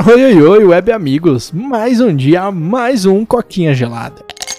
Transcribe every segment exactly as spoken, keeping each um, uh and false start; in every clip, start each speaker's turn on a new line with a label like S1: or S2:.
S1: Oi, oi, oi, web amigos. Mais um dia, mais um Coquinha Gelada.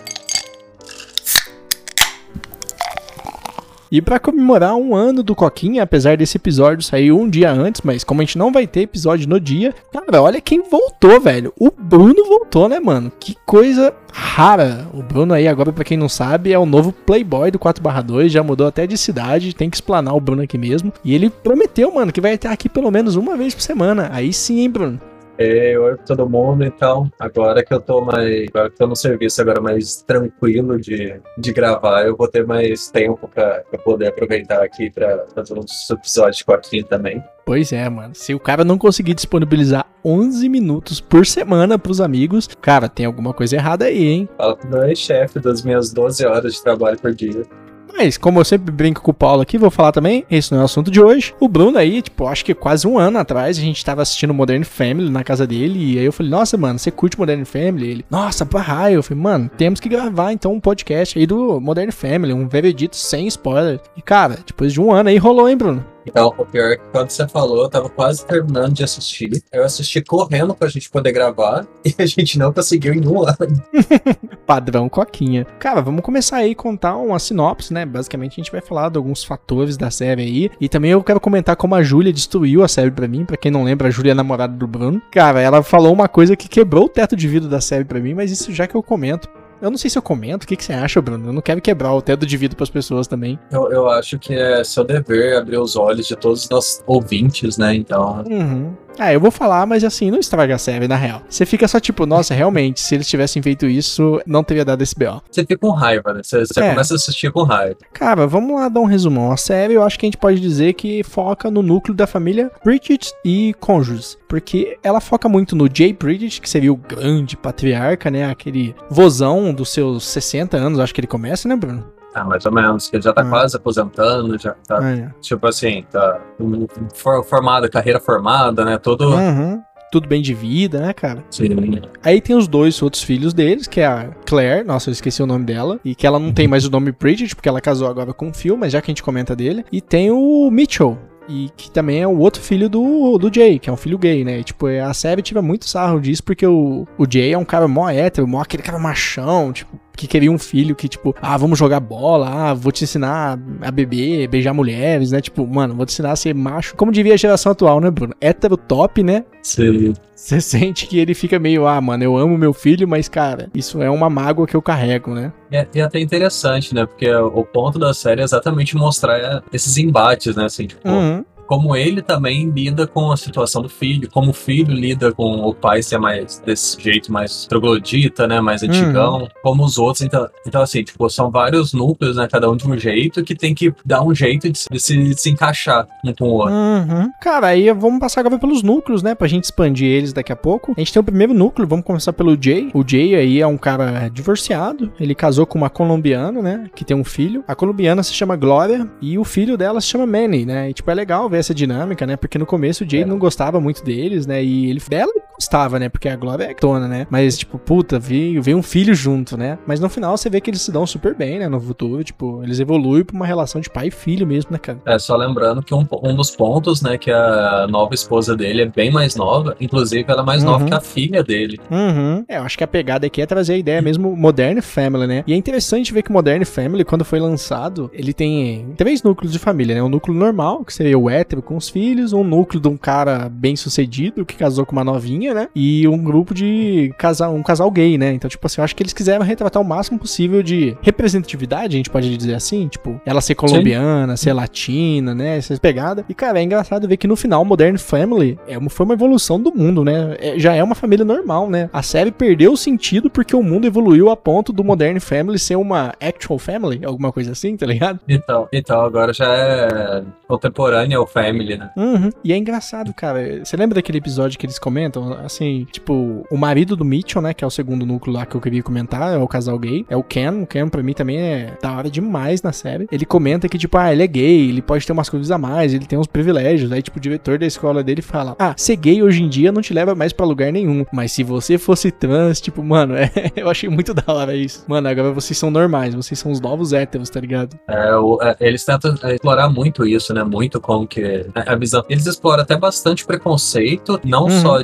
S1: E pra comemorar um ano do Coquinha, apesar desse episódio sair um dia antes, mas como a gente não vai ter episódio no dia, cara, olha quem voltou, velho. O Bruno voltou, né, mano? Que coisa rara. O Bruno aí, agora pra quem não sabe, é o novo playboy do quatro barra dois, já mudou até de cidade, tem que explanar o Bruno aqui mesmo. E ele prometeu, mano, que vai estar aqui pelo menos uma vez por semana. Aí sim, hein, Bruno?
S2: É, oi pra todo mundo, então, agora que eu tô mais, agora que eu tô no serviço agora mais tranquilo de, de gravar, eu vou ter mais tempo pra, pra poder aproveitar aqui pra fazer uns episódios de Coquinha também.
S1: Pois é, mano. Se o cara não conseguir disponibilizar onze minutos por semana pros amigos, cara, tem alguma coisa errada aí, hein?
S2: Fala pro meu ex-chefe das minhas doze horas de trabalho por dia.
S1: Mas, como eu sempre brinco com o Paulo aqui, vou falar também, esse não é o assunto de hoje. O Bruno aí, tipo, acho que quase um ano atrás, a gente tava assistindo Modern Family na casa dele, e aí eu falei, nossa, mano, você curte Modern Family? Ele, nossa, pra raio. Eu falei, mano, temos que gravar, então, um podcast aí do Modern Family, um veredito sem spoiler. E, cara, depois de um ano aí, rolou, hein, Bruno?
S2: Então, o pior é que quando você falou, eu tava quase terminando de assistir. Eu assisti correndo pra gente poder gravar e a gente não conseguiu em um ano.
S1: Padrão Coquinha. Cara, vamos começar aí a contar uma sinopse, né? Basicamente a gente vai falar de alguns fatores da série aí. E também eu quero comentar como a Júlia destruiu a série pra mim. Pra quem não lembra, a Júlia é a namorada do Bruno. Cara, ela falou uma coisa que quebrou o teto de vidro da série pra mim, mas isso já que eu comento. Eu não sei se eu comento, o que, que você acha, Bruno? Eu não quero quebrar o teto de vidro pras pessoas também.
S2: Eu, eu acho que é seu dever abrir os olhos de todos os nossos ouvintes, né? Então.
S1: Uhum. Ah, eu vou falar, mas assim, não estraga a série, na real. Você fica só tipo, nossa, realmente, se eles tivessem feito isso, não teria dado esse B O.
S2: Você fica com raiva, né? Você, você
S1: É.
S2: começa a assistir com raiva.
S1: Cara, vamos lá dar um resumão. A série, eu acho que a gente pode dizer que foca no núcleo da família Bridget e cônjuges. Porque ela foca muito no Jay Bridget, que seria o grande patriarca, né? Aquele vozão dos seus sessenta anos, acho que ele começa, né, Bruno?
S2: Ah, mais ou menos, que ele já tá
S1: Ah.
S2: quase aposentando, já tá,
S1: Ah, é.
S2: tipo assim, tá um, for, formado, carreira formada, né? Todo.
S1: Uhum. Tudo bem de vida, né, cara?
S2: Sim.
S1: Aí tem os dois outros filhos deles, que é a Claire, nossa, eu esqueci o nome dela, e que ela não tem mais o nome Bridget, porque ela casou agora com o Phil, mas já que a gente comenta dele. E tem o Mitchell, e que também é o outro filho do, do Jay, que é um filho gay, né? E, tipo, a série tira muito sarro disso, porque o, o Jay é um cara mó hétero, mó aquele cara machão, tipo, que queria um filho que, tipo, ah, vamos jogar bola, ah, vou te ensinar a beber, beijar mulheres, né? Tipo, mano, vou te ensinar a ser macho. Como diria a geração atual, né, Bruno? Hétero top, né?
S2: Sim.
S1: Você sente que ele fica meio, ah, mano, eu amo meu filho, mas, cara, isso é uma mágoa que eu carrego, né?
S2: E é, e é até interessante, né? Porque o ponto da série é exatamente mostrar esses embates, né? Assim, tipo,
S1: Uhum.
S2: como ele também lida com a situação do filho, como o filho lida com o pai ser mais desse jeito, mais troglodita, né, mais antigão, como os outros. Então, então, assim, tipo, são vários núcleos, né, cada um de um jeito, que tem que dar um jeito de se, de se, de se encaixar um com o outro.
S1: Uhum. Cara, aí vamos passar agora pelos núcleos, né, pra gente expandir eles daqui a pouco. A gente tem o primeiro núcleo, vamos começar pelo Jay. O Jay aí é um cara divorciado, ele casou com uma colombiana, né, que tem um filho. A colombiana se chama Glória e o filho dela se chama Manny, né, e tipo, é legal ver essa dinâmica, né? Porque no começo o Jay
S2: É.
S1: não gostava muito deles, né? E ele dela ele gostava, né? Porque a Glória é tona, né? Mas, tipo, puta, veio, veio um filho junto, né? Mas no final você vê que eles se dão super bem, né? No futuro, tipo, eles evoluem pra uma relação de pai e filho mesmo, né, cara?
S2: É, só lembrando que um, um dos pontos, né, que a nova esposa dele é bem mais nova, inclusive ela é mais
S1: Uhum.
S2: nova que a filha dele.
S1: Uhum. É, eu acho que a pegada aqui é trazer a ideia mesmo Modern Family, né? E é interessante ver que Modern Family, quando foi lançado, ele tem três núcleos de família, né? Um núcleo normal, que seria o hétero com os filhos, um núcleo de um cara bem sucedido, que casou com uma novinha, né? E um grupo de casal, um casal gay, né? Então, tipo assim, eu acho que eles quiseram retratar o máximo possível de representatividade, a gente pode dizer assim, tipo, ela ser colombiana, ser latina, né? Essas pegadas. E, cara, é engraçado ver que no final, Modern Family é uma, foi uma evolução do mundo, né? É, já é uma família normal, né? A série perdeu o sentido porque o mundo evoluiu a ponto do Modern Family ser uma actual family, alguma coisa assim, tá ligado?
S2: Então, então agora já é contemporânea o family, né?
S1: Uhum. E é engraçado, cara. Você lembra daquele episódio que eles comentam, assim, tipo, o marido do Mitchell, né, que é o segundo núcleo lá que eu queria comentar, é o casal gay, é o Ken. O Ken, pra mim, também é da hora demais na série. Ele comenta que, tipo, ah, ele é gay, ele pode ter umas coisas a mais, ele tem uns privilégios. Aí, tipo, o diretor da escola dele fala, ah, ser gay hoje em dia não te leva mais pra lugar nenhum, mas se você fosse trans, tipo, mano, é, eu achei muito da hora isso. Mano, agora vocês são normais, vocês são os novos héteros, tá ligado?
S2: É, o, é, eles tentam explorar muito isso, né? Muito como que a visão. Eles exploram até bastante preconceito, não
S1: Uhum.
S2: só de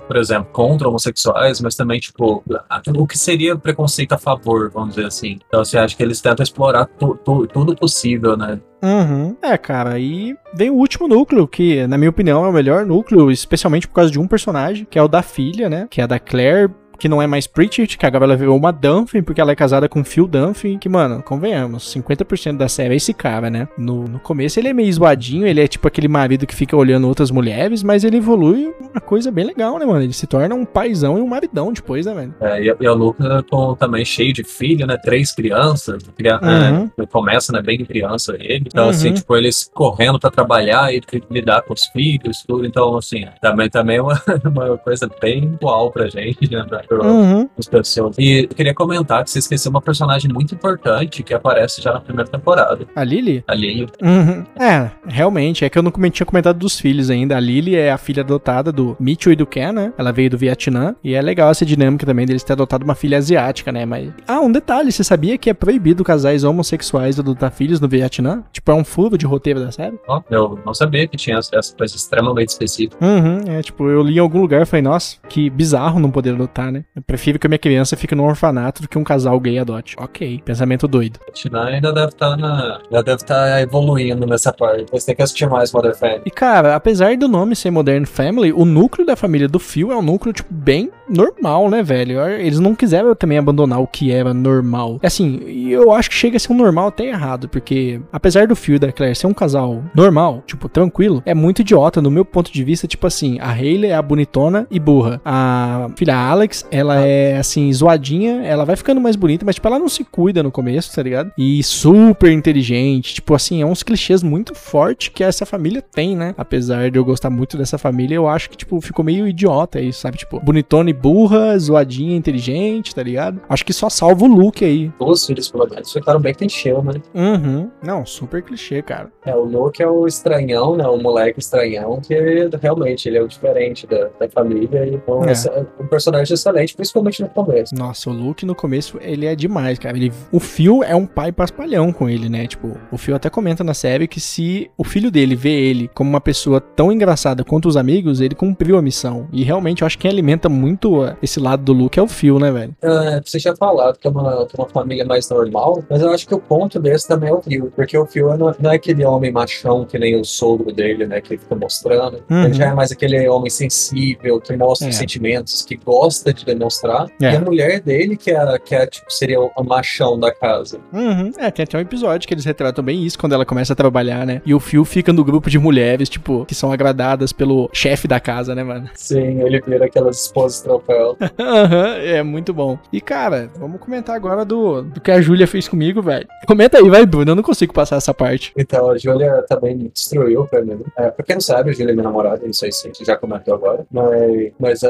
S2: por exemplo, contra homossexuais, mas também, tipo, o que seria preconceito a favor, vamos dizer assim. Então, você acha que eles tentam explorar tu, tu, tudo possível, né?
S1: Uhum. É, cara, e vem o último núcleo, que, na minha opinião, é o melhor núcleo, especialmente por causa de um personagem, que é o da filha, né? Que é a da Claire, que não é mais Pritchett, que agora ela virou uma Dunphy, porque ela é casada com Phil Dunphy, que, mano, convenhamos, cinquenta por cento da série é esse cara, né? No, no começo ele é meio zoadinho, ele é tipo aquele marido que fica olhando outras mulheres, mas ele evolui uma coisa bem legal, né, mano? Ele se torna um paizão e um maridão depois, né, velho?
S2: É, e a, e a Luca com, também cheio de filho, né? Três crianças, cria,
S1: Uhum.
S2: é, começa, né, bem criança ele. Então,
S1: Uhum.
S2: assim, tipo, eles correndo pra trabalhar e lidar com os filhos, tudo. Então, assim, também, também é uma, uma coisa bem atual pra gente, né? Pra, pra,
S1: Uhum.
S2: pessoas. E eu queria comentar que você esqueceu uma personagem muito importante que aparece já na primeira temporada.
S1: A Lily?
S2: A Lily.
S1: Uhum. É, realmente, é que eu não tinha comentado dos filhos ainda. A Lily é a filha adotada do Mitchell e do Ken, né? Ela veio do Vietnã. E é legal essa dinâmica também deles ter adotado uma filha asiática, né? Mas. Ah, um detalhe, você sabia que é proibido casais homossexuais adotar filhos no Vietnã? Tipo, é um furo de roteiro da série?
S2: Oh, eu não sabia que tinha essa coisa extremamente específica.
S1: Uhum, é tipo, eu li em algum lugar e falei, nossa, que bizarro não poder adotar, né? Eu prefiro que a minha criança fique no orfanato do que um casal gay adote. Ok, pensamento doido.
S2: O Vietnã ainda deve estar na... já deve estar evoluindo nessa parte. Você tem que assistir mais Modern Family.
S1: E cara, apesar do nome ser Modern Family, o núcleo da família do Phil é um núcleo, tipo, bem normal, né, velho? Eles não quiseram também abandonar o que era normal. Assim, eu acho que chega a ser um normal até errado, porque apesar do Phil e da Claire ser um casal normal, tipo, tranquilo, é muito idiota no meu ponto de vista, tipo assim, a Hayley é a bonitona e burra. A filha Alex, ela é, assim, zoadinha, ela vai ficando mais bonita, mas, tipo, ela não se cuida no começo, tá ligado? E super inteligente, tipo, assim, é uns clichês muito fortes que essa família tem, né? Apesar de eu gostar muito dessa família, eu acho que, tipo, ficou meio idiota aí, sabe? Tipo, bonitona e burra, zoadinha, inteligente, tá ligado? Acho que só salva o Luke aí.
S2: Os filhos, pelo menos, ficaram bem clichê, né?
S1: Uhum. Não, super clichê, cara.
S2: É, o Luke é o estranhão, né? O moleque estranhão, que realmente ele é o diferente da, da família. Então,
S1: É.
S2: esse é um personagem excelente, principalmente no começo.
S1: Nossa, o Luke no começo, ele é demais, cara. Ele, o Phil é um pai paspalhão com ele, né? Tipo, o Phil até comenta na série que se o filho dele vê ele como uma pessoa tão engraçada quanto os amigos, ele cumpriu a missão. E realmente, eu acho que quem alimenta muito esse lado do Luke é o Phil, né, velho?
S2: É, você já falado que é uma, que é uma família mais normal, mas eu acho que o ponto desse também é o Phil, porque o Phil não, não é aquele homem machão que nem o sogro dele, né, que ele fica mostrando.
S1: Uhum.
S2: Ele já é mais aquele homem sensível, que mostra
S1: É.
S2: os sentimentos, que gosta de demonstrar.
S1: É.
S2: E a mulher dele, que é, que é tipo, seria o machão da casa.
S1: Uhum. É, tem até um episódio que eles retratam bem isso quando ela começa a trabalhar, né? E o Phil fica no grupo de mulheres, tipo, que são agradadas pelo chefe da casa, né, mano?
S2: Sim, ele vira aquelas esposas troféu.
S1: Aham, é muito bom. E, cara, vamos comentar agora do, do que a Júlia fez comigo, velho. Comenta aí, vai, Bruno. Eu não consigo passar essa parte.
S2: Então, a Júlia também me destruiu pra mim. É, pra quem não sabe, a Júlia é minha namorada, não sei se você já comentou agora, mas, mas a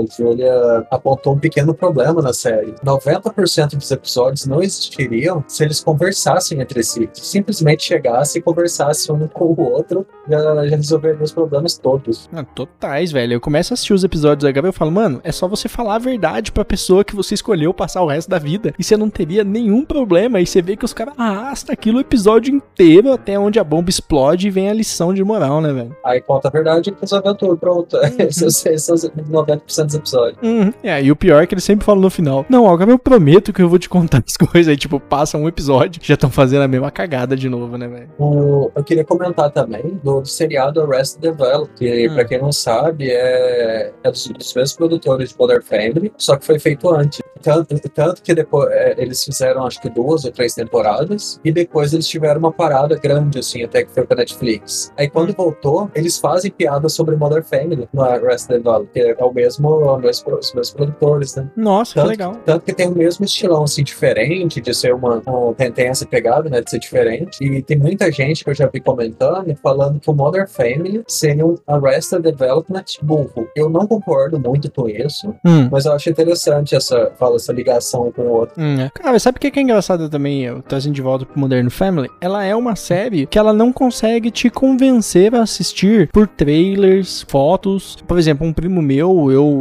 S2: Júlia apontou um pequeno problema na série. noventa por cento dos episódios não existiriam se eles conversassem entre si. Se simplesmente chegassem e conversassem um com o outro, já, já resolveria os problemas todos.
S1: Ah, totais, velho. Eu começo a assistir os episódios agora e eu falo, mano, é só você falar a verdade pra pessoa que você escolheu passar o resto da vida. E você não teria nenhum problema. E você vê que os caras arrastam aquilo o episódio inteiro até onde a bomba explode e vem a lição de moral, né, velho?
S2: Aí conta a verdade e resolveu tudo. Pronto.
S1: Uhum.
S2: Esses são os noventa por cento dos episódios.
S1: Uhum. É, e o pior é que eles sempre falam no final, não, agora eu prometo que eu vou te contar as coisas. Aí, tipo, passa um episódio, já estão fazendo a mesma cagada de novo, né, velho?
S2: O, eu queria comentar também do, do seriado Arrested Development, que,
S1: Hum.
S2: pra quem não sabe, é, é dos, dos mesmos produtores de Modern Family, só que foi feito antes. Tanto, tanto que depois é, eles fizeram, acho que duas ou três temporadas, e depois eles tiveram uma parada grande, assim, até que foi pra Netflix. Aí quando voltou, eles fazem piada sobre Modern Family no Arrested Development, que é o mesmo, o mesmo, os mesmos produtores, né?
S1: Nossa, que
S2: Tanto,
S1: legal.
S2: tanto que tem o mesmo estilão, assim, diferente, de ser uma... Um, tem, tem essa pegada, né, de ser diferente. E tem muita gente que eu já vi comentando, falando que o Modern Family seria um Arrested Development burro. Eu não concordo muito com isso,
S1: Hum.
S2: mas eu acho interessante essa, fala, essa ligação com o outro.
S1: Hum, é. Cara, sabe o que que é engraçado também, eu trazendo de volta pro Modern Family? Ela é uma série que ela não consegue te convencer a assistir por trailers, fotos. Por exemplo, um primo meu, eu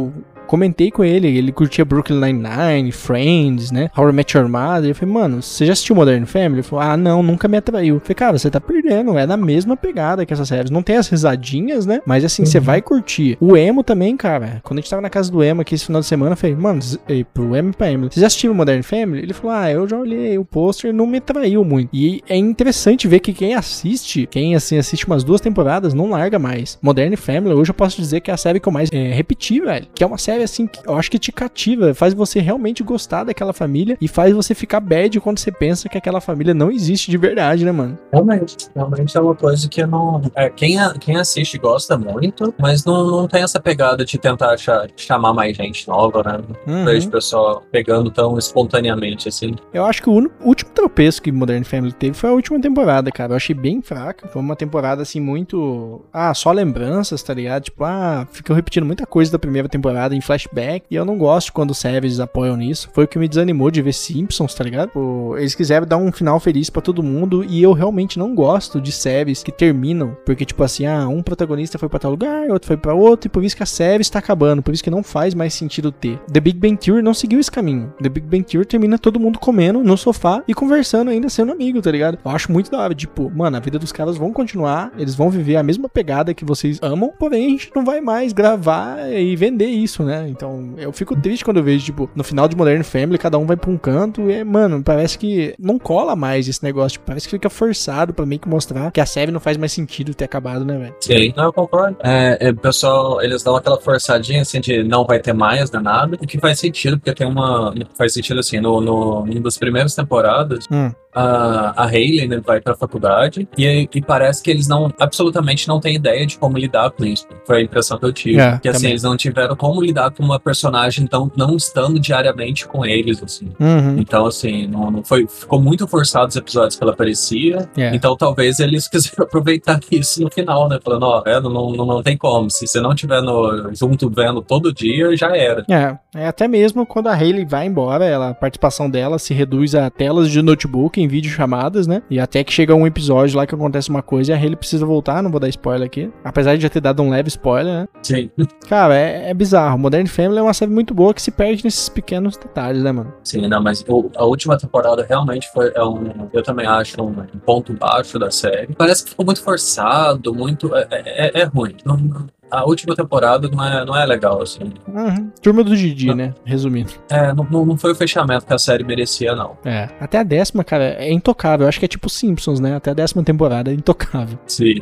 S1: comentei com ele, ele curtia Brooklyn Nine-Nine, Friends, né? How I Met Your Mother. Eu falei, mano, você já assistiu Modern Family? Ele falou, ah, não, nunca me atraiu. Eu falei, cara, você tá perdendo, é na mesma pegada que essas séries. Não tem as risadinhas, né? Mas assim, você uhum. vai curtir. O emo também, cara. Quando a gente tava na casa do emo aqui esse final de semana, eu falei, mano, ei, pro emo e pra Emily, vocês já assistiram Modern Family? Ele falou, ah, eu já olhei o pôster, não me atraiu muito. E é interessante ver que quem assiste, quem assim assiste umas duas temporadas, não larga mais. Modern Family, hoje eu posso dizer que é a série que eu mais é, repeti, velho. Que é uma série assim, que eu acho que te cativa, faz você realmente gostar daquela família e faz você ficar bad quando você pensa que aquela família não existe de verdade, né, mano?
S2: Realmente, realmente é uma coisa que não... É, quem, a, quem assiste gosta muito, mas não, não tem essa pegada de tentar achar, chamar mais gente nova, né? Uhum. Vejo o pessoal pegando tão espontaneamente, assim.
S1: Eu acho que o, único, o último tropeço que Modern Family teve foi a última temporada, cara. Eu achei bem fraca. Foi uma temporada, assim, muito... Ah, só lembranças, tá ligado? Tipo, ah, ficou repetindo muita coisa da primeira temporada em flashback. E eu não gosto quando séries apoiam nisso. Foi o que me desanimou de ver Simpsons, tá ligado? Pô, eles quiseram dar um final feliz pra todo mundo e eu realmente não gosto de séries que terminam. Porque, tipo assim, ah, um protagonista foi pra tal lugar, outro foi pra outro, e por isso que a série está acabando. Por isso que não faz mais sentido ter. The Big Bang Theory não seguiu esse caminho. The Big Bang Theory termina todo mundo comendo no sofá e conversando ainda sendo amigo, tá ligado? Eu acho muito da hora. Tipo, mano, a vida dos caras vão continuar, eles vão viver a mesma pegada que vocês amam, porém a gente não vai mais gravar e vender isso, né? Então, eu fico triste quando eu vejo, tipo, no final de Modern Family, cada um vai pra um canto e, mano, parece que não cola mais esse negócio. Tipo, parece que fica forçado pra meio que mostrar que a série não faz mais sentido ter acabado, né, velho?
S2: Sim, não, eu concordo. É, é, pessoal, eles dão aquela forçadinha, assim, de não vai ter mais, né, nada, o que faz sentido, porque tem uma... Faz sentido, assim, no, no, numa das primeiras temporadas, hum. a, a Hayley, né, vai pra faculdade e, e parece que eles não, absolutamente não têm ideia de como lidar com isso. Foi a impressão que eu tive. É, que, assim, também. Eles não tiveram como lidar com uma personagem tão, não estando diariamente com eles, assim. Uhum. Então, assim, não, não foi, ficou muito forçado os episódios que ela aparecia. É. Então, talvez eles quiseram aproveitar isso no final, né? Falando, ó, oh, não, não, não tem como. Se você não estiver junto vendo todo dia, já era.
S1: É, é até mesmo quando a Hayley vai embora, ela, a participação dela se reduz a telas de notebook em videochamadas, né? E até que chega um episódio lá que acontece uma coisa e a Hayley precisa voltar, não vou dar spoiler aqui. Apesar de já ter dado um leve spoiler, né?
S2: Sim.
S1: Cara, é, é bizarro. Modern Family é uma série muito boa que se perde nesses pequenos detalhes, né, mano?
S2: Sim, não, mas o, a última temporada realmente foi é um, eu também acho um ponto baixo da série. Parece que ficou muito forçado, muito... É, é, é ruim. Não, não. A última temporada não é, não é legal, assim.
S1: Uhum. Turma do Didi, não. Né? Resumindo.
S2: É, não, não foi o fechamento que a série merecia, não.
S1: É. Até a décima, cara, é intocável. Eu acho que é tipo Simpsons, né? Até a décima temporada é intocável.
S2: Sim.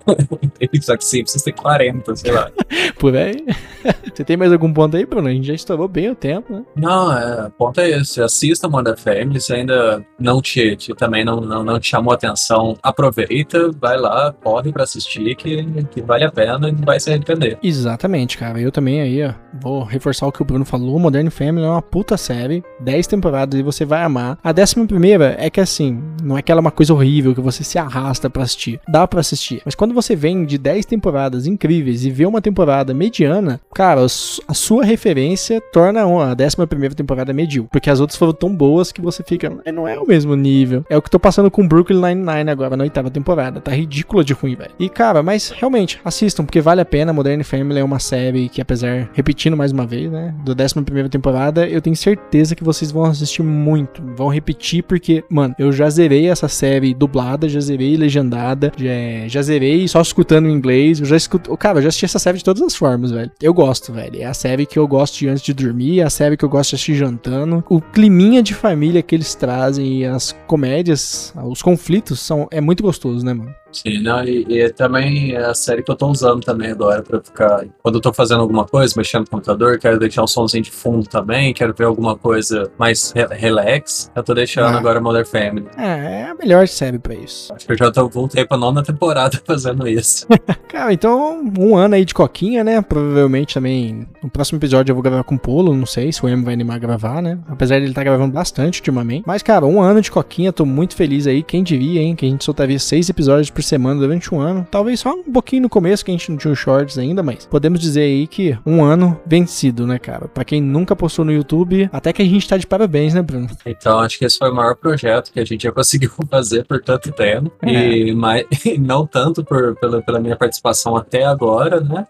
S2: Só que Simpsons tem quarenta, sei lá.
S1: Por aí. Você tem mais algum ponto aí, Bruno? A gente já estourou bem o tempo, né?
S2: Não, é, o ponto é esse. Assista Modern Family. Se ainda não te, te também não, não, não te chamou atenção, aproveita, vai lá, corre pra assistir, que, que vale a pena e vai ser arrepender.
S1: Exatamente, cara. Eu também aí, ó, vou reforçar o que o Bruno falou. Modern Family é uma puta série. dez temporadas e você vai amar. A décima primeira é que, assim, não é que ela é uma coisa horrível que você se arrasta pra assistir. Dá pra assistir. Mas quando você vem de dez temporadas incríveis e vê uma temporada mediana, cara, a sua referência torna a décima primeira temporada medíocre. Porque as outras foram tão boas que você fica, não é o mesmo nível. É o que tô passando com Brooklyn Nine-Nine agora na oitava temporada. Tá ridícula de ruim, velho. E, cara, mas realmente, assistam, porque vale a pena. Modern Family é uma série que, apesar, repetindo mais uma vez, né, da décima primeira temporada, eu tenho certeza que vocês vão assistir muito, vão repetir, porque, mano, eu já zerei essa série dublada, já zerei legendada, já, já zerei só escutando em inglês, eu já escuto, cara, eu já assisti essa série de todas as formas, velho. Eu gosto, velho, é a série que eu gosto de antes de dormir, é a série que eu gosto de assistir jantando, o climinha de família que eles trazem e as comédias, os conflitos são, é muito gostoso, né, mano?
S2: Sim, não, e, e também é a série que eu tô usando também agora pra ficar... Quando eu tô fazendo alguma coisa, mexendo no computador, quero deixar um somzinho de fundo também, quero ver alguma coisa mais re relax, eu tô deixando ah. agora Modern Family.
S1: É, é a melhor série pra isso.
S2: Acho que eu já tô, voltei pra nona temporada fazendo isso.
S1: Cara, então, um ano aí de coquinha, né? Provavelmente também, no próximo episódio eu vou gravar com o Polo, não sei se o Emo vai animar a gravar, né? Apesar de ele estar tá gravando bastante ultimamente. Mas, cara, um ano de coquinha, tô muito feliz aí. Quem diria, hein? Que a gente soltaria seis episódios por semana durante um ano. Talvez só um pouquinho no começo, que a gente não tinha os shorts ainda, mas podemos dizer aí que um ano vencido, né, cara? Pra quem nunca postou no YouTube, até que a gente tá de parabéns, né, Bruno?
S2: Então, acho que esse foi o maior projeto que a gente já conseguiu fazer por tanto tempo. É. E mais, não tanto por, pela, pela minha participação até agora, né? Mas...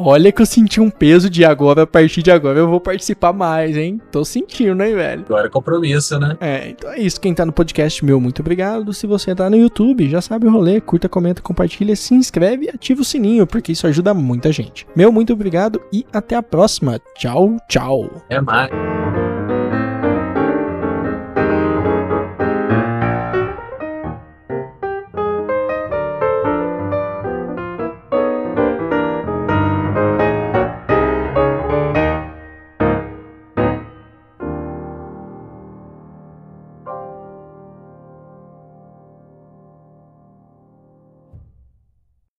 S1: Olha que eu senti um peso de agora, a partir de agora eu vou participar mais, hein? Tô sentindo, hein, velho?
S2: Agora é compromisso, né?
S1: É, então é isso. Quem tá no podcast, meu, muito obrigado. Se você tá no YouTube, já sabe o rolê. Curta, comenta, compartilha, se inscreve e ativa o sininho, porque isso ajuda muita gente. Meu, muito obrigado e até a próxima. Tchau, tchau.
S2: É mais.